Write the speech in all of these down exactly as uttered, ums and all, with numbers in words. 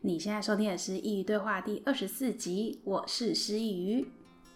你现在收听的是一鱼对话第二十四集，我是施一鱼。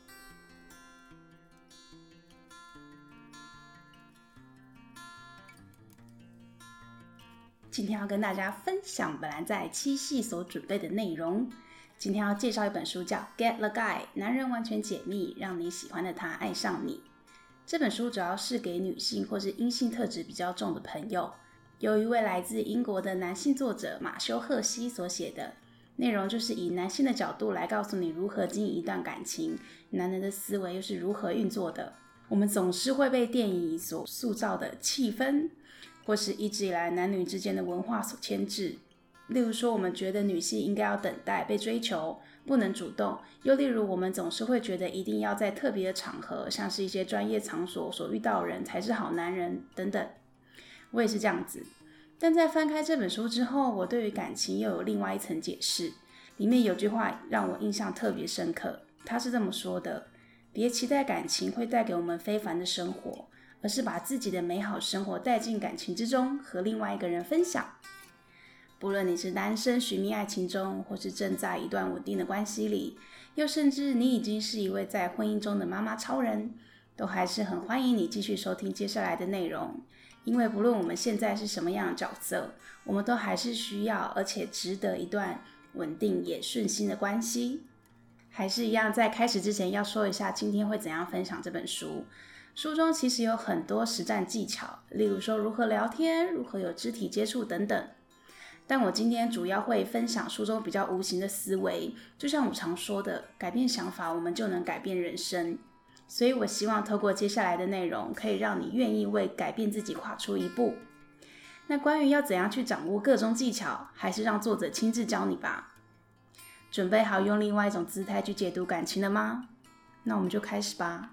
今天要跟大家分享本来在七夕所准备的内容。今天要介绍一本书叫 Get the Guy 男人完全解密，让你喜欢的他爱上你。这本书主要是给女性或是阴性特质比较重的朋友，由一位来自英国的男性作者马修·赫西所写的，内容就是以男性的角度来告诉你如何经营一段感情，男人的思维又是如何运作的。我们总是会被电影所塑造的气氛，或是一直以来男女之间的文化所牵制。例如说，我们觉得女性应该要等待被追求，不能主动；又例如，我们总是会觉得一定要在特别的场合，像是一些专业场所所遇到的人才是好男人等等。我也是这样子，但在翻开这本书之后，我对于感情又有另外一层解释。里面有句话让我印象特别深刻，他是这么说的：别期待感情会带给我们非凡的生活，而是把自己的美好生活带进感情之中，和另外一个人分享。不论你是单身寻觅爱情中，或是正在一段稳定的关系里，又甚至你已经是一位在婚姻中的妈妈超人，都还是很欢迎你继续收听接下来的内容。因为不论我们现在是什么样的角色，我们都还是需要而且值得一段稳定也顺心的关系。还是一样，在开始之前要说一下今天会怎样分享这本书。书中其实有很多实战技巧，例如说如何聊天，如何有肢体接触等等。但我今天主要会分享书中比较无形的思维，就像我常说的，改变想法，我们就能改变人生。所以我希望透过接下来的内容，可以让你愿意为改变自己跨出一步。那关于要怎样去掌握各种技巧，还是让作者亲自教你吧。准备好用另外一种姿态去解读感情了吗？那我们就开始吧。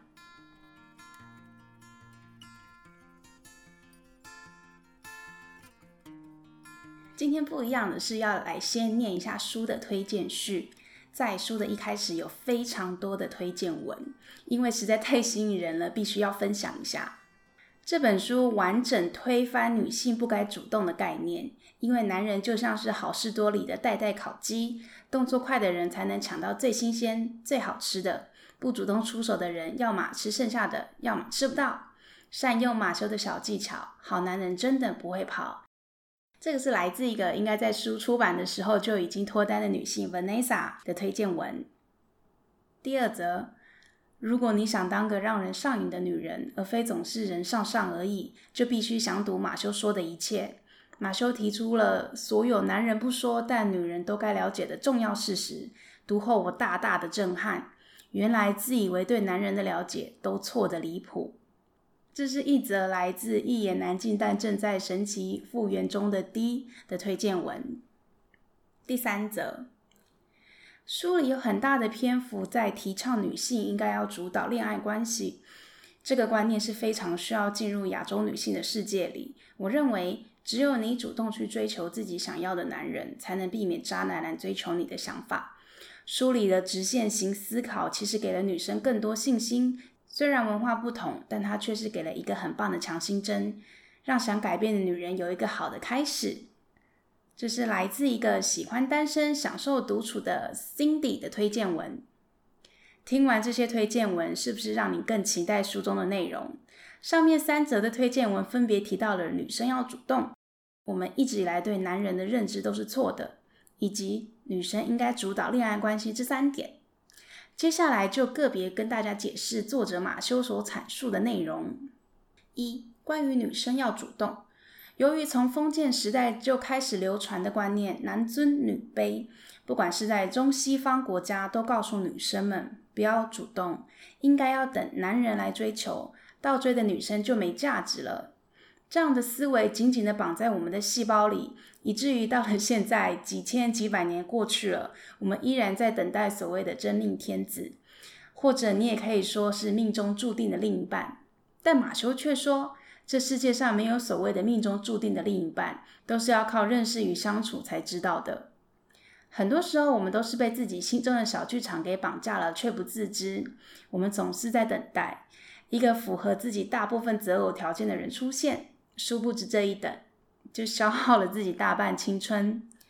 今天不一样的是要来先念一下书的推荐序。在书的一开始有非常多的推荐文，因为实在太吸引人了，必须要分享一下。这本书完整推翻女性不该主动的概念，因为男人就像是好事多里的代代烤鸡，动作快的人才能抢到最新鲜最好吃的，不主动出手的人要么吃剩下的，要么吃不到。善用马修的小技巧，好男人真的不会跑。这个是来自一个应该在书出版的时候就已经脱单的女性 Vanessa 的推荐文。第二则，如果你想当个让人上瘾的女人，而非总是人上上而已，就必须详读马修说的一切。马修提出了所有男人不说但女人都该了解的重要事实，读后我大大的震撼，原来自以为对男人的了解都错得离谱。这是一则来自一言难尽但正在神奇复原中的 D 的推荐文。第三则，书里有很大的篇幅在提倡女性应该要主导恋爱关系，这个观念是非常需要进入亚洲女性的世界里。我认为只有你主动去追求自己想要的男人，才能避免渣男来追求你的想法。书里的直线型思考其实给了女生更多信心，虽然文化不同，但它却是给了一个很棒的强心针，让想改变的女人有一个好的开始。这是来自一个喜欢单身享受独处的 Cindy 的推荐文。听完这些推荐文，是不是让你更期待书中的内容？上面三则的推荐文分别提到了女生要主动，我们一直以来对男人的认知都是错的，以及女生应该主导恋爱关系这三点。接下来就个别跟大家解释作者马修所阐述的内容。一、关于女生要主动。由于从封建时代就开始流传的观念，男尊女卑，不管是在中西方国家都告诉女生们不要主动，应该要等男人来追求，倒追的女生就没价值了。这样的思维紧紧地绑在我们的细胞里，以至于到了现在几千几百年过去了，我们依然在等待所谓的真命天子，或者你也可以说是命中注定的另一半。但马修却说，这世界上没有所谓的命中注定的另一半，都是要靠认识与相处才知道的。很多时候我们都是被自己心中的小剧场给绑架了，却不自知。我们总是在等待一个符合自己大部分择偶条件的人出现，殊不知这一等就消耗了自己大半青春。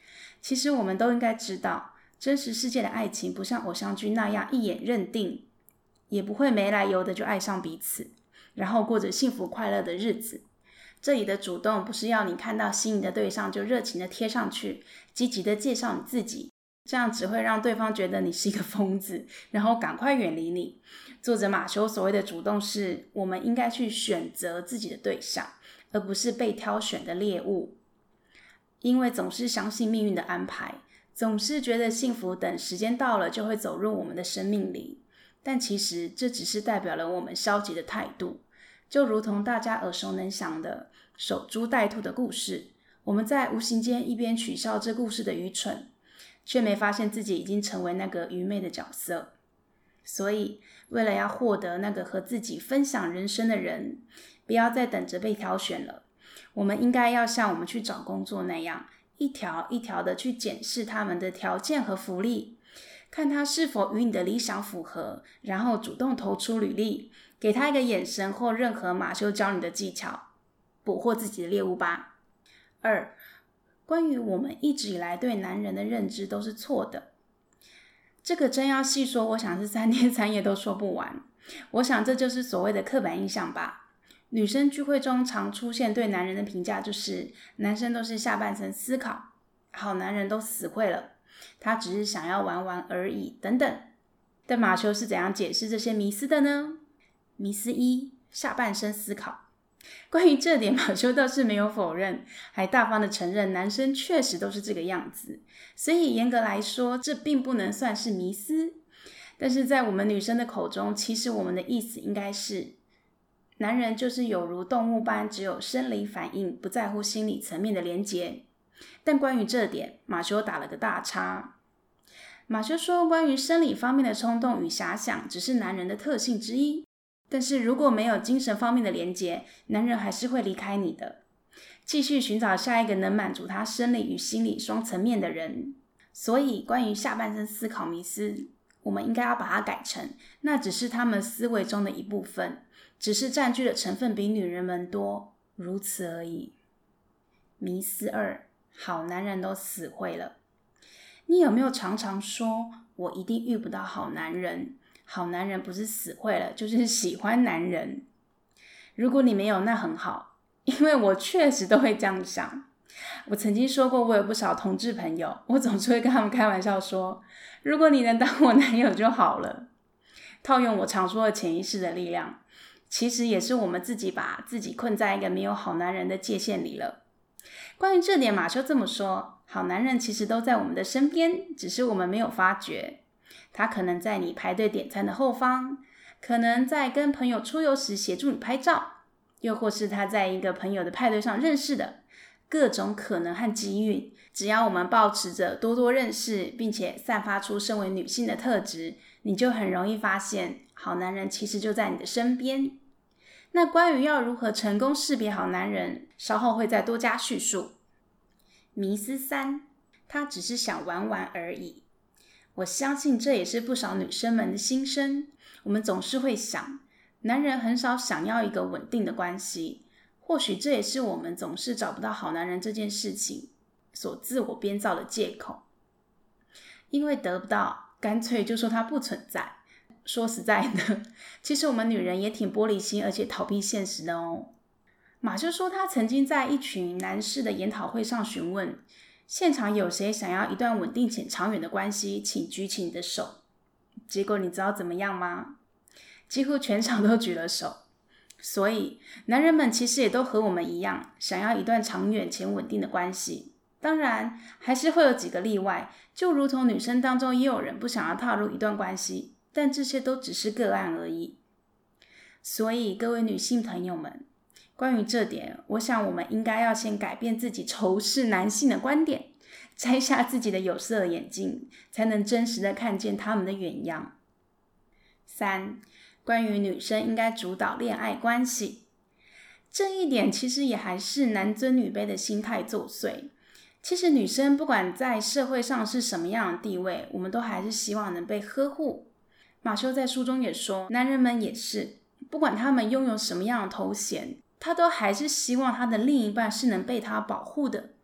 其实我们都应该知道，真实世界的爱情不像偶像剧那样一眼认定，也不会没来由的就爱上彼此，然后过着幸福快乐的日子。这里的主动不是要你看到心仪的对象就热情的贴上去，积极的介绍你自己，这样只会让对方觉得你是一个疯子，然后赶快远离你。作者马修所谓的主动是，我们应该去选择自己的对象，而不是被挑选的猎物。因为总是相信命运的安排，总是觉得幸福等时间到了就会走入我们的生命里，但其实这只是代表了我们消极的态度。就如同大家耳熟能详的守株待兔的故事，我们在无形间一边取笑这故事的愚蠢，却没发现自己已经成为那个愚昧的角色。所以为了要获得那个和自己分享人生的人，不要再等着被挑选了，我们应该要像我们去找工作那样，一条一条的去检视他们的条件和福利，看他是否与你的理想符合，然后主动投出履历，给他一个眼神或任何马修教你的技巧，捕获自己的猎物吧。二，关于我们一直以来对男人的认知都是错的。这个真要细说，我想是三天三夜都说不完。我想这就是所谓的刻板印象吧。女生聚会中常出现对男人的评价就是男生都是下半身思考，好男人都死会了，他只是想要玩玩而已等等。但马修是怎样解释这些迷思的呢？迷思一，下半身思考。关于这点，马修倒是没有否认，还大方的承认男生确实都是这个样子，所以严格来说，这并不能算是迷思。但是在我们女生的口中，其实我们的意思应该是，男人就是有如动物般只有生理反应，不在乎心理层面的连结。但关于这点，马修打了个大叉。马修说，关于生理方面的冲动与遐想只是男人的特性之一，但是如果没有精神方面的连结，男人还是会离开你的，继续寻找下一个能满足他生理与心理双层面的人。所以关于下半身思考迷思，我们应该要把它改成，那只是他们思维中的一部分，只是占据的成分比女人们多，如此而已。迷思二，好男人都死会了。你有没有常常说，我一定遇不到好男人？好男人不是死会了，就是喜欢男人。如果你没有，那很好，因为我确实都会这样想。我曾经说过，我有不少同志朋友，我总是会跟他们开玩笑说，如果你能当我男友就好了。套用我常说的潜意识的力量，其实也是我们自己把自己困在一个没有好男人的界限里了。关于这点，马修这么说，好男人其实都在我们的身边，只是我们没有发觉。他可能在你排队点餐的后方，可能在跟朋友出游时协助你拍照，又或是他在一个朋友的派对上认识的，各种可能和机遇。只要我们抱持着多多认识，并且散发出身为女性的特质，你就很容易发现，好男人其实就在你的身边。那关于要如何成功识别好男人，稍后会再多加叙述。迷思三，他只是想玩玩而已。我相信这也是不少女生们的心声。我们总是会想，男人很少想要一个稳定的关系，或许这也是我们总是找不到好男人这件事情所自我编造的借口。因为得不到，干脆就说它不存在。说实在的，其实我们女人也挺玻璃心，而且逃避现实的哦。马修说，他曾经在一群男士的研讨会上询问，现场有谁想要一段稳定且长远的关系，请举起你的手。结果你知道怎么样吗？几乎全场都举了手。所以男人们其实也都和我们一样，想要一段长远且稳定的关系。当然还是会有几个例外，就如同女生当中也有人不想要踏入一段关系，但这些都只是个案而已。所以各位女性朋友们，关于这点，我想我们应该要先改变自己仇视男性的观点，摘下自己的有色眼镜，才能真实的看见他们的远样。三，关于女生应该主导恋爱关系，这一点其实也还是男尊女卑的心态作祟。其实女生不管在社会上是什么样的地位，我们都还是希望能被呵护。马修在书中也说，男人们也是，不管他们拥有什么样的头衔，他都还是希望他的另一半是能被他保护的。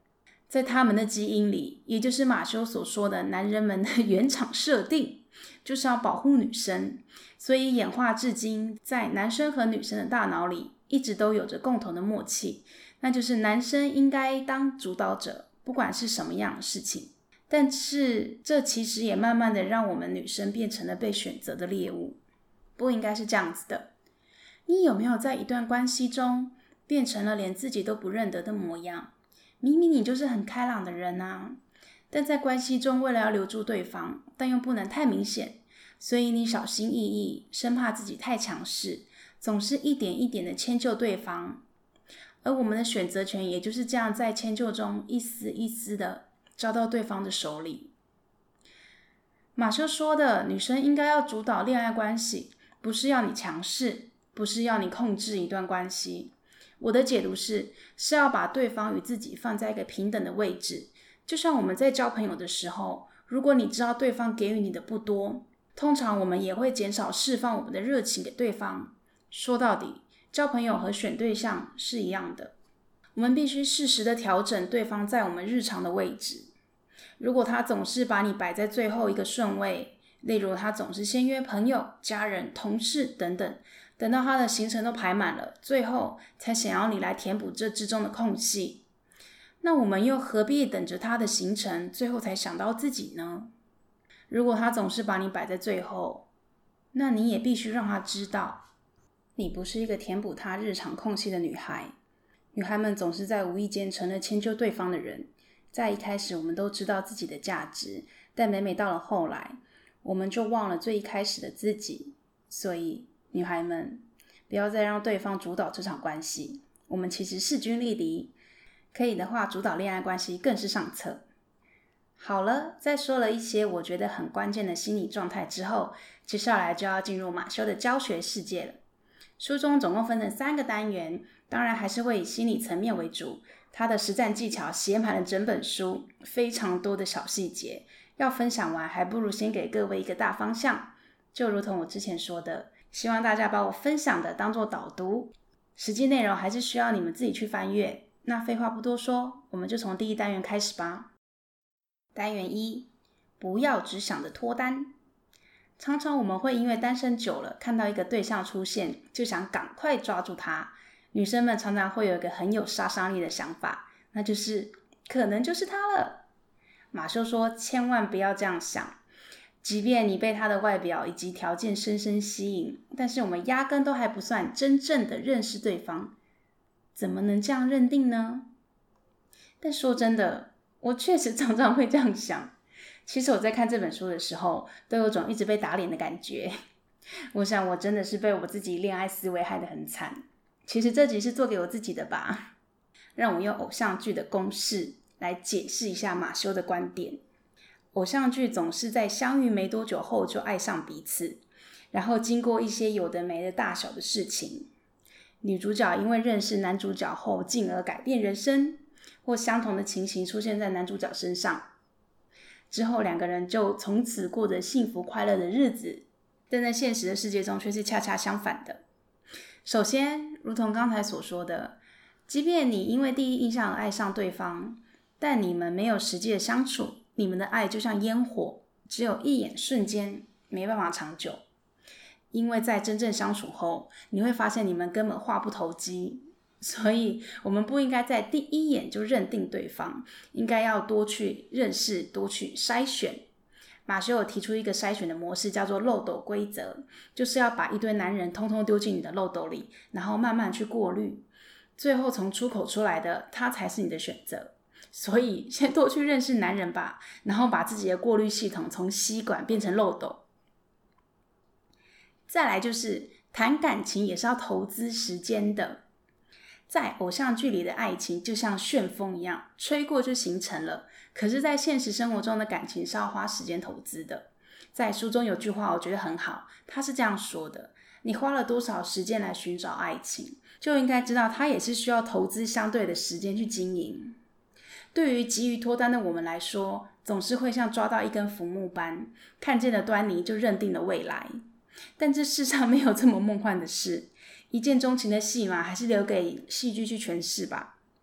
在他们的基因里，也就是马修所说的男人们的原厂设定，就是要保护女生，所以演化至今，在男生和女生的大脑里一直都有着共同的默契，那就是男生应该当主导者，不管是什么样的事情。但是这其实也慢慢的让我们女生变成了被选择的猎物，不应该是这样子的。你有没有在一段关系中变成了连自己都不认得的模样？明明你就是很开朗的人啊，但在关系中为了要留住对方，但又不能太明显，所以你小心翼翼，生怕自己太强势，总是一点一点的迁就对方。而我们的选择权也就是这样在迁就中一丝一丝的交到对方的手里。马修说的，女生应该要主导恋爱关系，不是要你强势，不是要你控制一段关系。我的解读是，是要把对方与自己放在一个平等的位置。就像我们在交朋友的时候，如果你知道对方给予你的不多，通常我们也会减少释放我们的热情给对方。说到底，交朋友和选对象是一样的，我们必须适时的调整对方在我们日常的位置。如果他总是把你摆在最后一个顺位，例如他总是先约朋友、家人、同事等等，等到他的行程都排满了，最后才想要你来填补这之中的空隙，那我们又何必等着他的行程最后才想到自己呢？如果他总是把你摆在最后，那你也必须让他知道，你不是一个填补他日常空隙的女孩。女孩们总是在无意间成了迁就对方的人。在一开始我们都知道自己的价值，但每每到了后来，我们就忘了最一开始的自己。所以女孩们，不要再让对方主导这场关系，我们其实势均力敌，可以的话主导恋爱关系更是上策。好了，在说了一些我觉得很关键的心理状态之后，接下来就要进入马修的教学世界了。书中总共分成三个单元，当然还是会以心理层面为主，他的实战技巧写满了整本书，非常多的小细节，要分享完还不如先给各位一个大方向。就如同我之前说的，希望大家把我分享的当作导读，实际内容还是需要你们自己去翻阅。那废话不多说，我们就从第一单元开始吧。单元一，不要只想着脱单。常常我们会因为单身久了，看到一个对象出现，就想赶快抓住他。女生们常常会有一个很有杀伤力的想法，那就是可能就是他了。马修说，千万不要这样想。即便你被他的外表以及条件深深吸引，但是我们压根都还不算真正的认识对方，怎么能这样认定呢？但说真的，我确实常常会这样想。其实我在看这本书的时候，都有种一直被打脸的感觉。我想我真的是被我自己恋爱思维害得很惨。其实这集是做给我自己的吧。让我用偶像剧的公式来解释一下马修的观点。偶像剧总是在相遇没多久后就爱上彼此，然后经过一些有的没的大小的事情，女主角因为认识男主角后进而改变人生，或相同的情形出现在男主角身上，之后两个人就从此过着幸福快乐的日子。但在现实的世界中却是恰恰相反的。首先，如同刚才所说的，即便你因为第一印象而爱上对方，但你们没有实际的相处，你们的爱就像烟火，只有一眼瞬间，没办法长久。因为在真正相处后，你会发现你们根本话不投机，所以我们不应该在第一眼就认定对方，应该要多去认识，多去筛选。马修有提出一个筛选的模式，叫做漏斗规则，就是要把一堆男人通通丢进你的漏斗里，然后慢慢去过滤，最后从出口出来的，他才是你的选择。所以先多去认识男人吧，然后把自己的过滤系统从吸管变成漏斗。再来就是谈感情也是要投资时间的。在偶像剧里的爱情就像旋风一样，吹过就形成了，可是在现实生活中的感情是要花时间投资的。在书中有句话我觉得很好，他是这样说的，你花了多少时间来寻找爱情，就应该知道它也是需要投资相对的时间去经营。对于急于脱单的我们来说，总是会像抓到一根浮木般，看见了端倪就认定了未来。但这世上没有这么梦幻的事，一见钟情的戏码还是留给戏剧去诠释吧。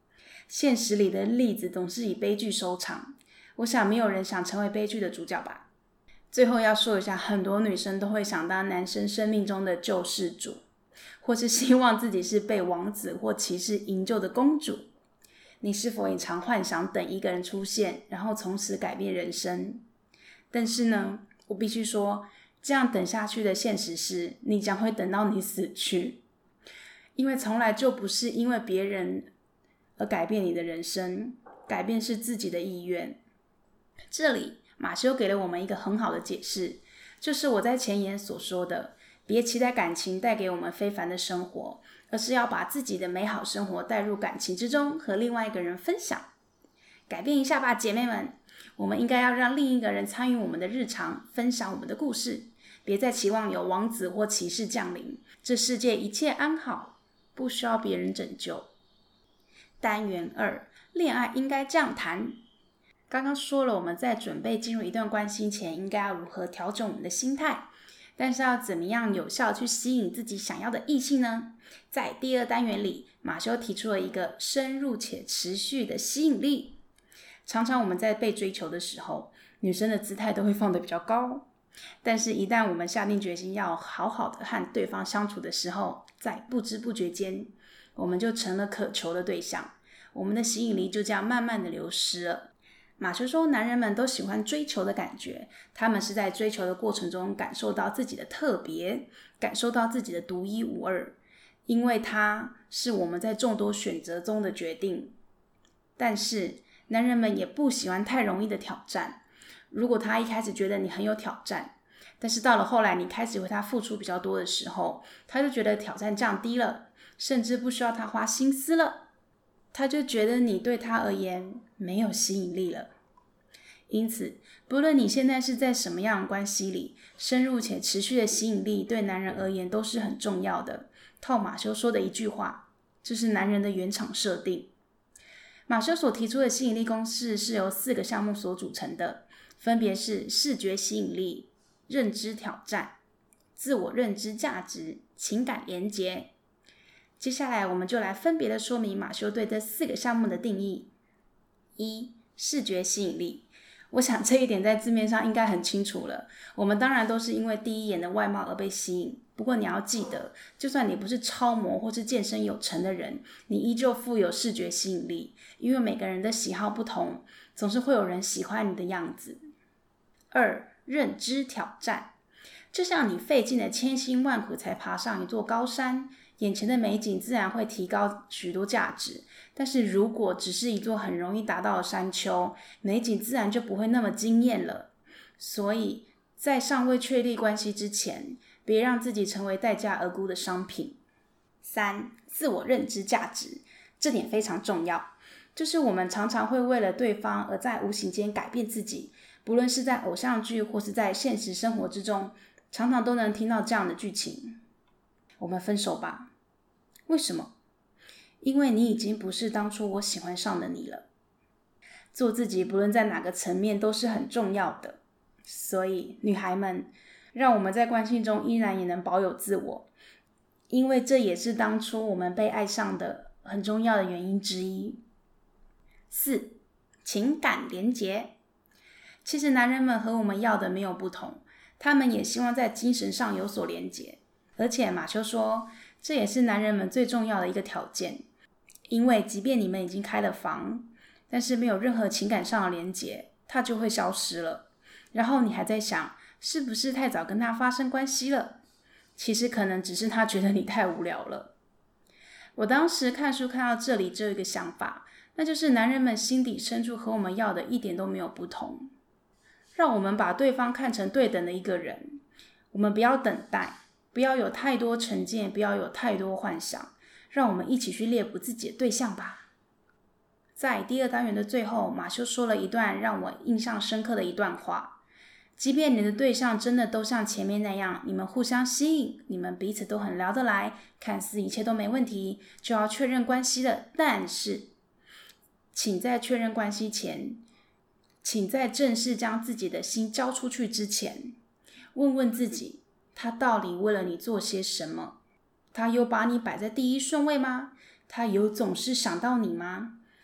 现实里的例子总是以悲剧收场，我想没有人想成为悲剧的主角吧。最后要说一下，很多女生都会想当男生生命中的救世主，或是希望自己是被王子或骑士营救的公主。你是否也常幻想等一个人出现，然后从此改变人生？但是呢，我必须说，这样等下去的现实是，你将会等到你死去。因为从来就不是因为别人而改变你的人生，改变是自己的意愿。这里马修给了我们一个很好的解释，就是我在前言所说的，别期待感情带给我们非凡的生活，而是要把自己的美好生活带入感情之中，和另外一个人分享。改变一下吧，姐妹们，我们应该要让另一个人参与我们的日常，分享我们的故事，别再期望有王子或骑士降临，这世界一切安好，不需要别人拯救。单元二，恋爱应该这样谈。刚刚说了，我们在准备进入一段关系前，应该要如何调整我们的心态，但是要怎么样有效去吸引自己想要的异性呢？在第二单元里，马修提出了一个深入且持续的吸引力。常常我们在被追求的时候，女生的姿态都会放得比较高，但是一旦我们下定决心要好好的和对方相处的时候，在不知不觉间，我们就成了渴求的对象，我们的吸引力就这样慢慢的流失了。马修说，男人们都喜欢追求的感觉，他们是在追求的过程中感受到自己的特别，感受到自己的独一无二，因为它是我们在众多选择中的决定。但是男人们也不喜欢太容易的挑战，如果他一开始觉得你很有挑战，但是到了后来你开始为他付出比较多的时候，他就觉得挑战降低了，甚至不需要他花心思了，他就觉得你对他而言没有吸引力了。因此，不论你现在是在什么样的关系里，深入且持续的吸引力对男人而言都是很重要的。套马修说的一句话，这是男人的原厂设定。马修所提出的吸引力公式是由四个项目所组成的，分别是视觉吸引力、认知挑战、自我认知价值、情感连结。接下来我们就来分别的说明马修对这四个项目的定义。一、视觉吸引力。我想这一点在字面上应该很清楚了，我们当然都是因为第一眼的外貌而被吸引，不过你要记得，就算你不是超模或是健身有成的人，你依旧富有视觉吸引力，因为每个人的喜好不同，总是会有人喜欢你的样子。二、认知挑战。就像你费尽了千辛万苦才爬上一座高山，眼前的美景自然会提高许多价值，但是如果只是一座很容易达到的山丘，美景自然就不会那么惊艳了。所以在尚未确立关系之前，别让自己成为待价而沽的商品。三、自我认知价值。这点非常重要，就是我们常常会为了对方而在无形间改变自己，不论是在偶像剧或是在现实生活之中，常常都能听到这样的剧情。我们分手吧。为什么？因为你已经不是当初我喜欢上的你了。做自己不论在哪个层面都是很重要的，所以女孩们，让我们在关系中依然也能保有自我，因为这也是当初我们被爱上的很重要的原因之一。四、情感连结。其实男人们和我们要的没有不同，他们也希望在精神上有所连结，而且马修说，这也是男人们最重要的一个条件，因为即便你们已经开了房，但是没有任何情感上的连结，它就会消失了。然后你还在想，是不是太早跟他发生关系了？其实可能只是他觉得你太无聊了。我当时看书看到这里，只有一个想法，那就是男人们心底深处和我们要的一点都没有不同。让我们把对方看成对等的一个人，我们不要等待，不要有太多成见，不要有太多幻想，让我们一起去猎捕自己的对象吧。在第二单元的最后，马修说了一段让我印象深刻的一段话，即便你的对象真的都像前面那样，你们互相吸引，你们彼此都很聊得来，看似一切都没问题，就要确认关系了，但是请在确认关系前，请在正式将自己的心交出去之前，问问自己，他到底为了你做些什么？他有把你摆在第一顺位吗？他有总是想到你吗？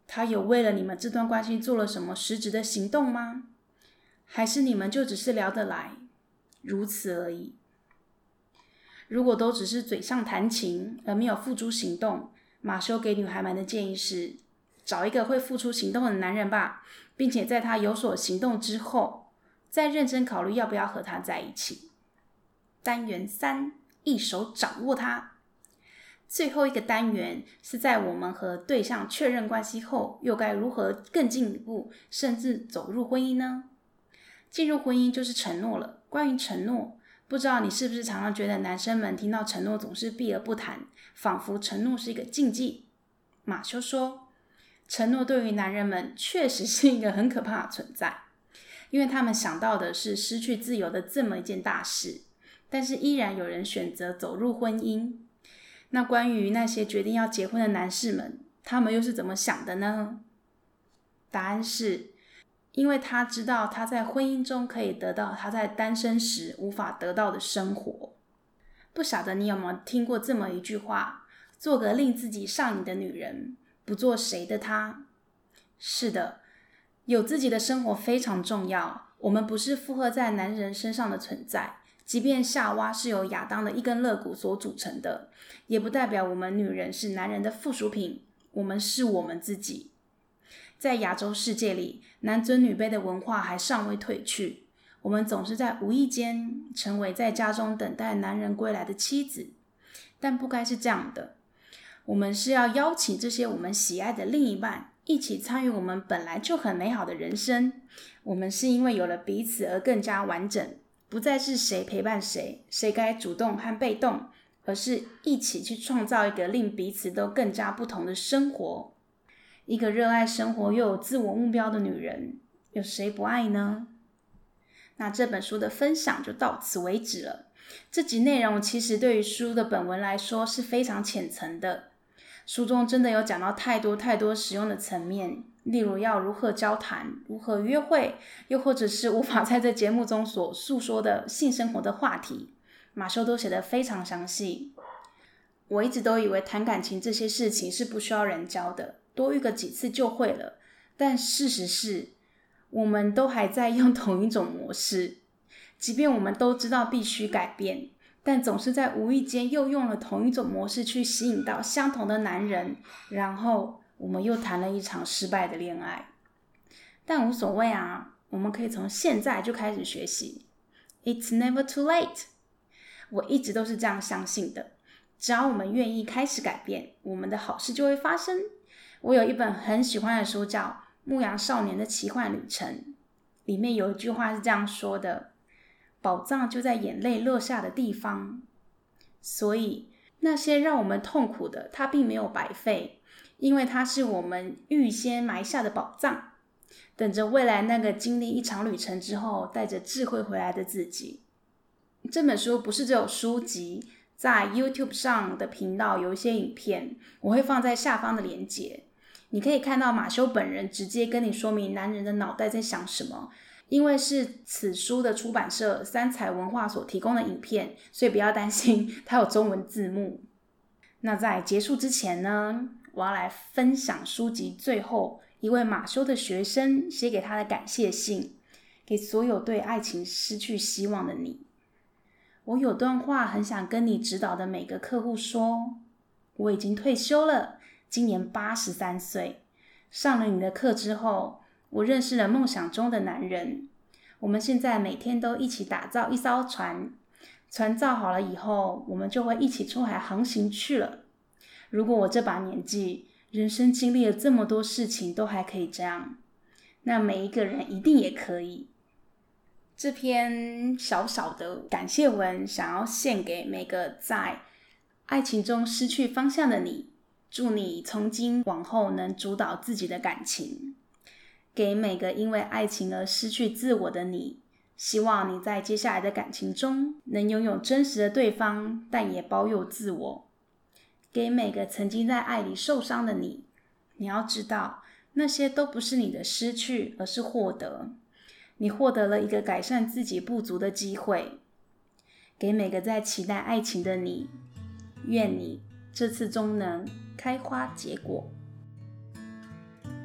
他有为了你们这段关系做了什么实质的行动吗？还是你们就只是聊得来，如此而已？如果都只是嘴上谈情而没有付诸行动，马修给女孩们的建议是，找一个会付出行动的男人吧，并且在他有所行动之后，再认真考虑要不要和他在一起。单元三，一手掌握他。最后一个单元是在我们和对象确认关系后，又该如何更进一步，甚至走入婚姻呢？进入婚姻就是承诺了。关于承诺，不知道你是不是常常觉得男生们听到承诺总是避而不谈，仿佛承诺是一个禁忌。马修说，承诺对于男人们确实是一个很可怕的存在，因为他们想到的是失去自由的这么一件大事，但是依然有人选择走入婚姻。那关于那些决定要结婚的男士们，他们又是怎么想的呢？答案是，因为他知道他在婚姻中可以得到他在单身时无法得到的生活。不晓得你有没有听过这么一句话，做个令自己上瘾的女人，不做谁的她。是的，有自己的生活非常重要，我们不是附合在男人身上的存在，即便夏娃是由亚当的一根肋骨所组成的，也不代表我们女人是男人的附属品，我们是我们自己。在亚洲世界里，男尊女卑的文化还尚未褪去，我们总是在无意间成为在家中等待男人归来的妻子，但不该是这样的。我们是要邀请这些我们喜爱的另一半一起参与我们本来就很美好的人生。我们是因为有了彼此而更加完整，不再是谁陪伴谁，谁该主动和被动，而是一起去创造一个令彼此都更加不同的生活。一个热爱生活又有自我目标的女人，有谁不爱呢？那这本书的分享就到此为止了。这集内容其实对于书的本文来说是非常浅层的，书中真的有讲到太多太多实用的层面，例如要如何交谈，如何约会，又或者是无法在这节目中所诉说的性生活的话题，马修都写得非常详细。我一直都以为谈感情这些事情是不需要人教的，多遇个几次就会了，但事实是我们都还在用同一种模式，即便我们都知道必须改变，但总是在无意间又用了同一种模式去吸引到相同的男人，然后我们又谈了一场失败的恋爱。但无所谓啊，我们可以从现在就开始学习。 It's never too late。 我一直都是这样相信的，只要我们愿意开始改变，我们的好事就会发生。我有一本很喜欢的书叫《牧羊少年的奇幻旅程》，里面有一句话是这样说的，宝藏就在眼泪落下的地方。所以那些让我们痛苦的，它并没有白费，因为它是我们预先埋下的宝藏，等着未来那个经历一场旅程之后带着智慧回来的自己。这本书不是只有书籍，在 YouTube 上的频道有一些影片，我会放在下方的连结，你可以看到马修本人直接跟你说明男人的脑袋在想什么。因为是此书的出版社三彩文化所提供的影片，所以不要担心它有中文字幕。那在结束之前呢，我要来分享书籍最后一位马修的学生写给他的感谢信，给所有对爱情失去希望的你。我有段话很想跟你指导的每个客户说，我已经退休了，今年八十三岁。上了你的课之后，我认识了梦想中的男人，我们现在每天都一起打造一艘船，船造好了以后，我们就会一起出海航行去了。如果我这把年纪，人生经历了这么多事情都还可以这样，那每一个人一定也可以。这篇小小的感谢文想要献给每个在爱情中失去方向的你，祝你从今往后能主导自己的感情。给每个因为爱情而失去自我的你，希望你在接下来的感情中能拥有真实的对方，但也保有自我。给每个曾经在爱里受伤的你，你要知道，那些都不是你的失去，而是获得。你获得了一个改善自己不足的机会。给每个在期待爱情的你，愿你这次终能开花结果。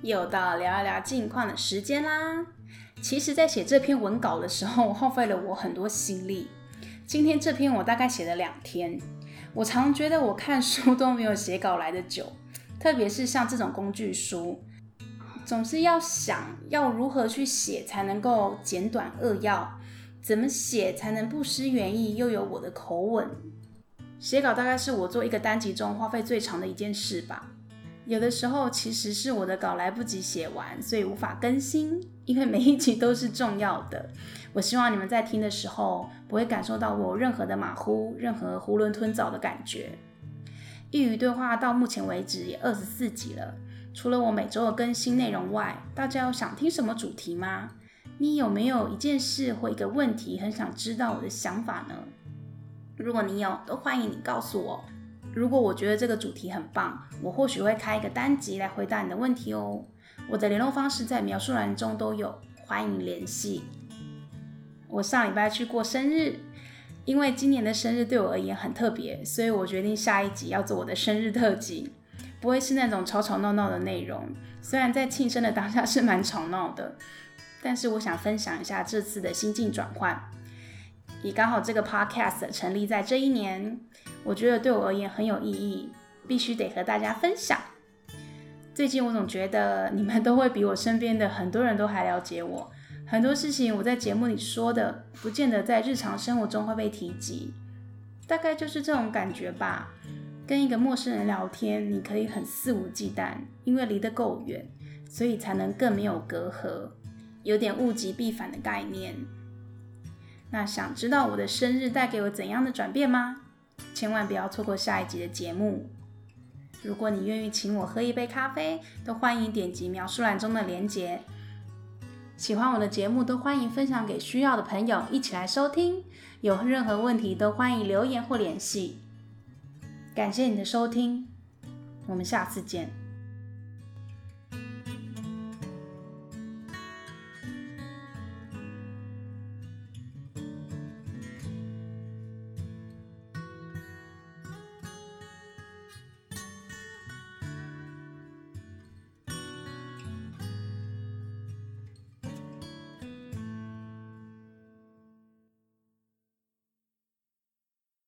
又到聊一聊近况的时间啦。其实在写这篇文稿的时候，耗费了我很多心力。今天这篇我大概写了两天。我常觉得我看书都没有写稿来得久，特别是像这种工具书，总是要想要如何去写才能够简短扼要，怎么写才能不失原意又有我的口吻。写稿大概是我做一个单集中花费最长的一件事吧。有的时候其实是我的稿来不及写完，所以无法更新，因为每一集都是重要的。我希望你们在听的时候不会感受到我有任何的马虎，任何囫囵吞枣的感觉。一语对话到目前为止也二十四集了，除了我每周的更新内容外，大家有想听什么主题吗？你有没有一件事或一个问题很想知道我的想法呢？如果你有，都欢迎你告诉我。如果我觉得这个主题很棒，我或许会开一个单集来回答你的问题哦。我的联络方式在描述栏中都有，欢迎联系。我上礼拜去过生日，因为今年的生日对我而言很特别，所以我决定下一集要做我的生日特辑，不会是那种吵吵闹闹的内容。虽然在庆生的当下是蛮吵闹的，但是我想分享一下这次的心境转换。也刚好这个 podcast 成立在这一年，我觉得对我而言很有意义，必须得和大家分享。最近我总觉得你们都会比我身边的很多人都还了解我，很多事情我在节目里说的，不见得在日常生活中会被提及，大概就是这种感觉吧。跟一个陌生人聊天，你可以很肆无忌惮，因为离得够远，所以才能更没有隔阂，有点物极必反的概念。那想知道我的生日带给我怎样的转变吗？千万不要错过下一集的节目。如果你愿意请我喝一杯咖啡，都欢迎点击描述栏中的连结。喜欢我的节目，都欢迎分享给需要的朋友一起来收听。有任何问题都欢迎留言或联系。感谢你的收听，我们下次见。